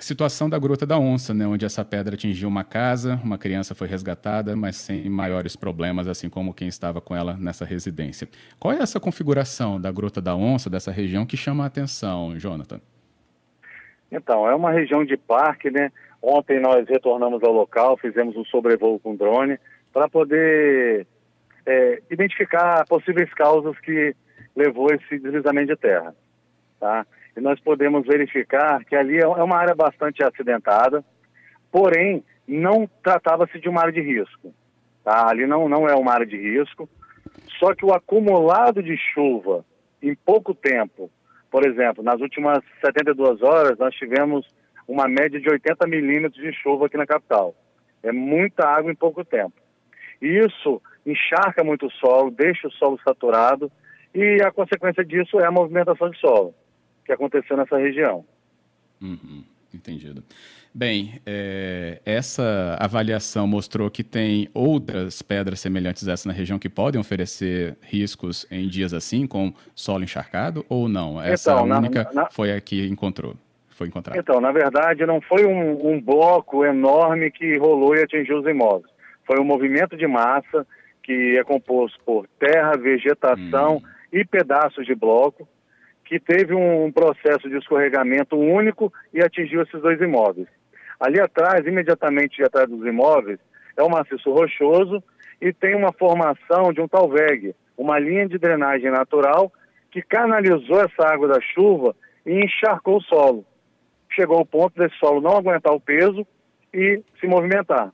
situação da Gruta da Onça, né, onde essa pedra atingiu uma casa, uma criança foi resgatada, mas sem maiores problemas, assim como quem estava com ela nessa residência. Qual é essa configuração da Gruta da Onça, dessa região, que chama a atenção, Jonathan? Então, é uma região de parque, né? Ontem nós retornamos ao local, fizemos um sobrevoo com drone para poder identificar possíveis causas que levou esse deslizamento de terra, tá? E nós podemos verificar que ali é uma área bastante acidentada, porém não tratava-se de uma área de risco, tá? Ali não é uma área de risco, só que o acumulado de chuva em pouco tempo, por exemplo, nas últimas 72 horas nós tivemos uma média de 80 milímetros de chuva aqui na capital. É muita água em pouco tempo. E isso encharca muito o solo, deixa o solo saturado e a consequência disso é a movimentação de solo que aconteceu nessa região. Entendido. Bem, essa avaliação mostrou que tem outras pedras semelhantes a essa na região que podem oferecer riscos em dias assim, com solo encharcado, ou não? Essa Então, única foi a que foi encontrada. Então, na verdade, não foi um bloco enorme que rolou e atingiu os imóveis. Foi um movimento de massa que é composto por terra, vegetação e pedaços de bloco, que teve um processo de escorregamento único e atingiu esses dois imóveis. Ali atrás, imediatamente atrás dos imóveis, é um maciço rochoso e tem uma formação de um talvegue, uma linha de drenagem natural que canalizou essa água da chuva e encharcou o solo. Chegou ao ponto desse solo não aguentar o peso e se movimentar.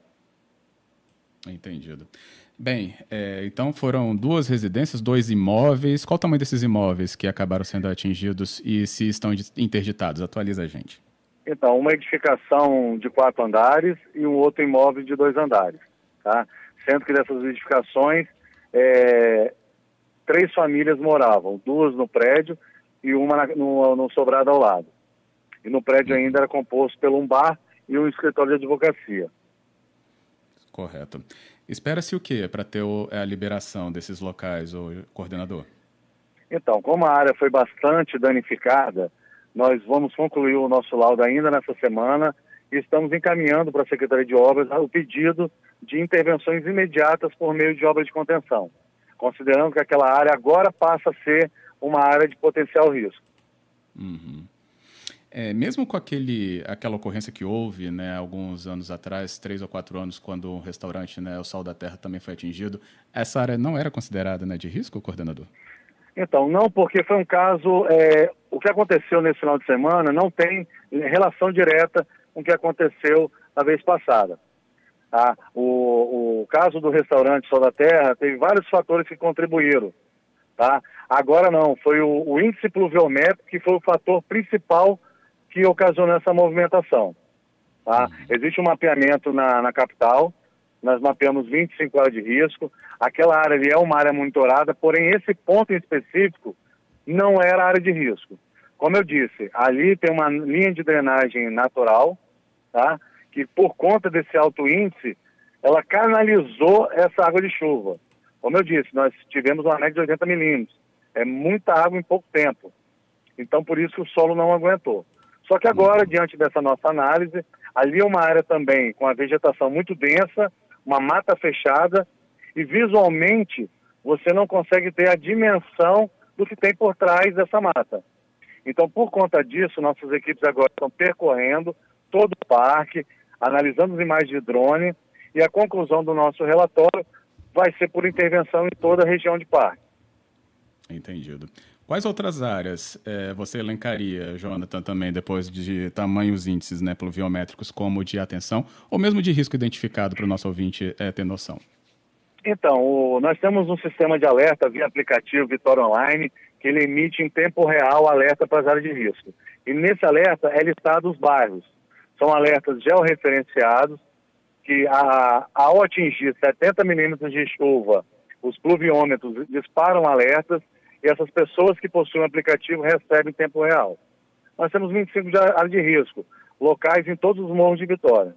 Entendido. Bem, então foram duas residências, dois imóveis. Qual o tamanho desses imóveis que acabaram sendo atingidos e se estão interditados? Atualiza a gente. Então, uma edificação de 4 andares e um outro imóvel de 2 andares. Tá? Sendo que dessas edificações, 3 famílias moravam, 2 no prédio e uma no sobrado ao lado. E no prédio ainda era composto por um bar e um escritório de advocacia. Correto. Espera-se o quê para ter a liberação desses locais, coordenador? Então, como a área foi bastante danificada, nós vamos concluir o nosso laudo ainda nessa semana e estamos encaminhando para a Secretaria de Obras o pedido de intervenções imediatas por meio de obras de contenção, considerando que aquela área agora passa a ser uma área de potencial risco. Mesmo com aquela ocorrência que houve, né, alguns anos atrás, 3 ou 4 anos, quando o restaurante, né, o Sal da Terra, também foi atingido, essa área não era considerada, né, de risco, coordenador? Então, não, porque foi um caso... o que aconteceu nesse final de semana não tem relação direta com o que aconteceu na vez passada. Tá? O caso do restaurante Sal da Terra teve vários fatores que contribuíram. Tá? Agora não, foi o índice pluviométrico que foi o fator principal que ocasionou essa movimentação. Tá? Existe um mapeamento na capital, nós mapeamos 25 áreas de risco, aquela área ali é uma área monitorada, porém esse ponto em específico não era área de risco. Como eu disse, ali tem uma linha de drenagem natural, tá? Que por conta desse alto índice, ela canalizou essa água de chuva. Como eu disse, nós tivemos uma média de 80 milímetros, é muita água em pouco tempo, então por isso que o solo não aguentou. Só que agora, diante dessa nossa análise, ali é uma área também com a vegetação muito densa, uma mata fechada, e visualmente você não consegue ter a dimensão do que tem por trás dessa mata. Então, por conta disso, nossas equipes agora estão percorrendo todo o parque, analisando as imagens de drone, e a conclusão do nosso relatório vai ser por intervenção em toda a região de parque. Entendido. Quais outras áreas você elencaria, Jonathan, também depois de tamanhos índices, né, pluviométricos, como de atenção, ou mesmo de risco identificado para o nosso ouvinte ter noção? Então, nós temos um sistema de alerta via aplicativo Vitória Online, que ele emite em tempo real alerta para as áreas de risco. E nesse alerta é listado os bairros. São alertas georreferenciados, que ao atingir 70 milímetros de chuva, os pluviômetros disparam alertas, e essas pessoas que possuem o aplicativo recebem em tempo real. Nós temos 25 de áreas de risco, locais em todos os morros de Vitória.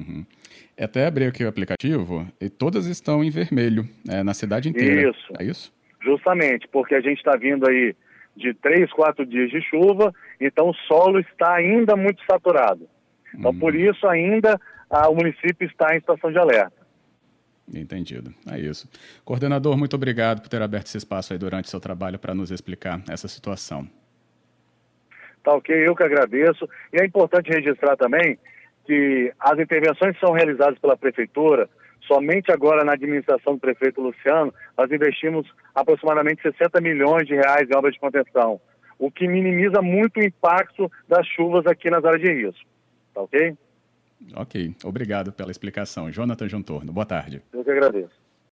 Até abri aqui o aplicativo e todas estão em vermelho, na cidade inteira. Isso. É isso? Justamente, porque a gente está vindo aí de 3, 4 dias de chuva, então o solo está ainda muito saturado. Então, por isso ainda o município está em situação de alerta. Entendido. É isso. Coordenador, muito obrigado por ter aberto esse espaço aí durante o seu trabalho para nos explicar essa situação. Tá ok, eu que agradeço. E é importante registrar também que as intervenções que são realizadas pela Prefeitura, somente agora na administração do prefeito Luciano, nós investimos aproximadamente 60 milhões de reais em obras de contenção, o que minimiza muito o impacto das chuvas aqui nas áreas de risco. Tá ok? Ok, obrigado pela explicação. Jonathan Juntorno, boa tarde. Eu que agradeço.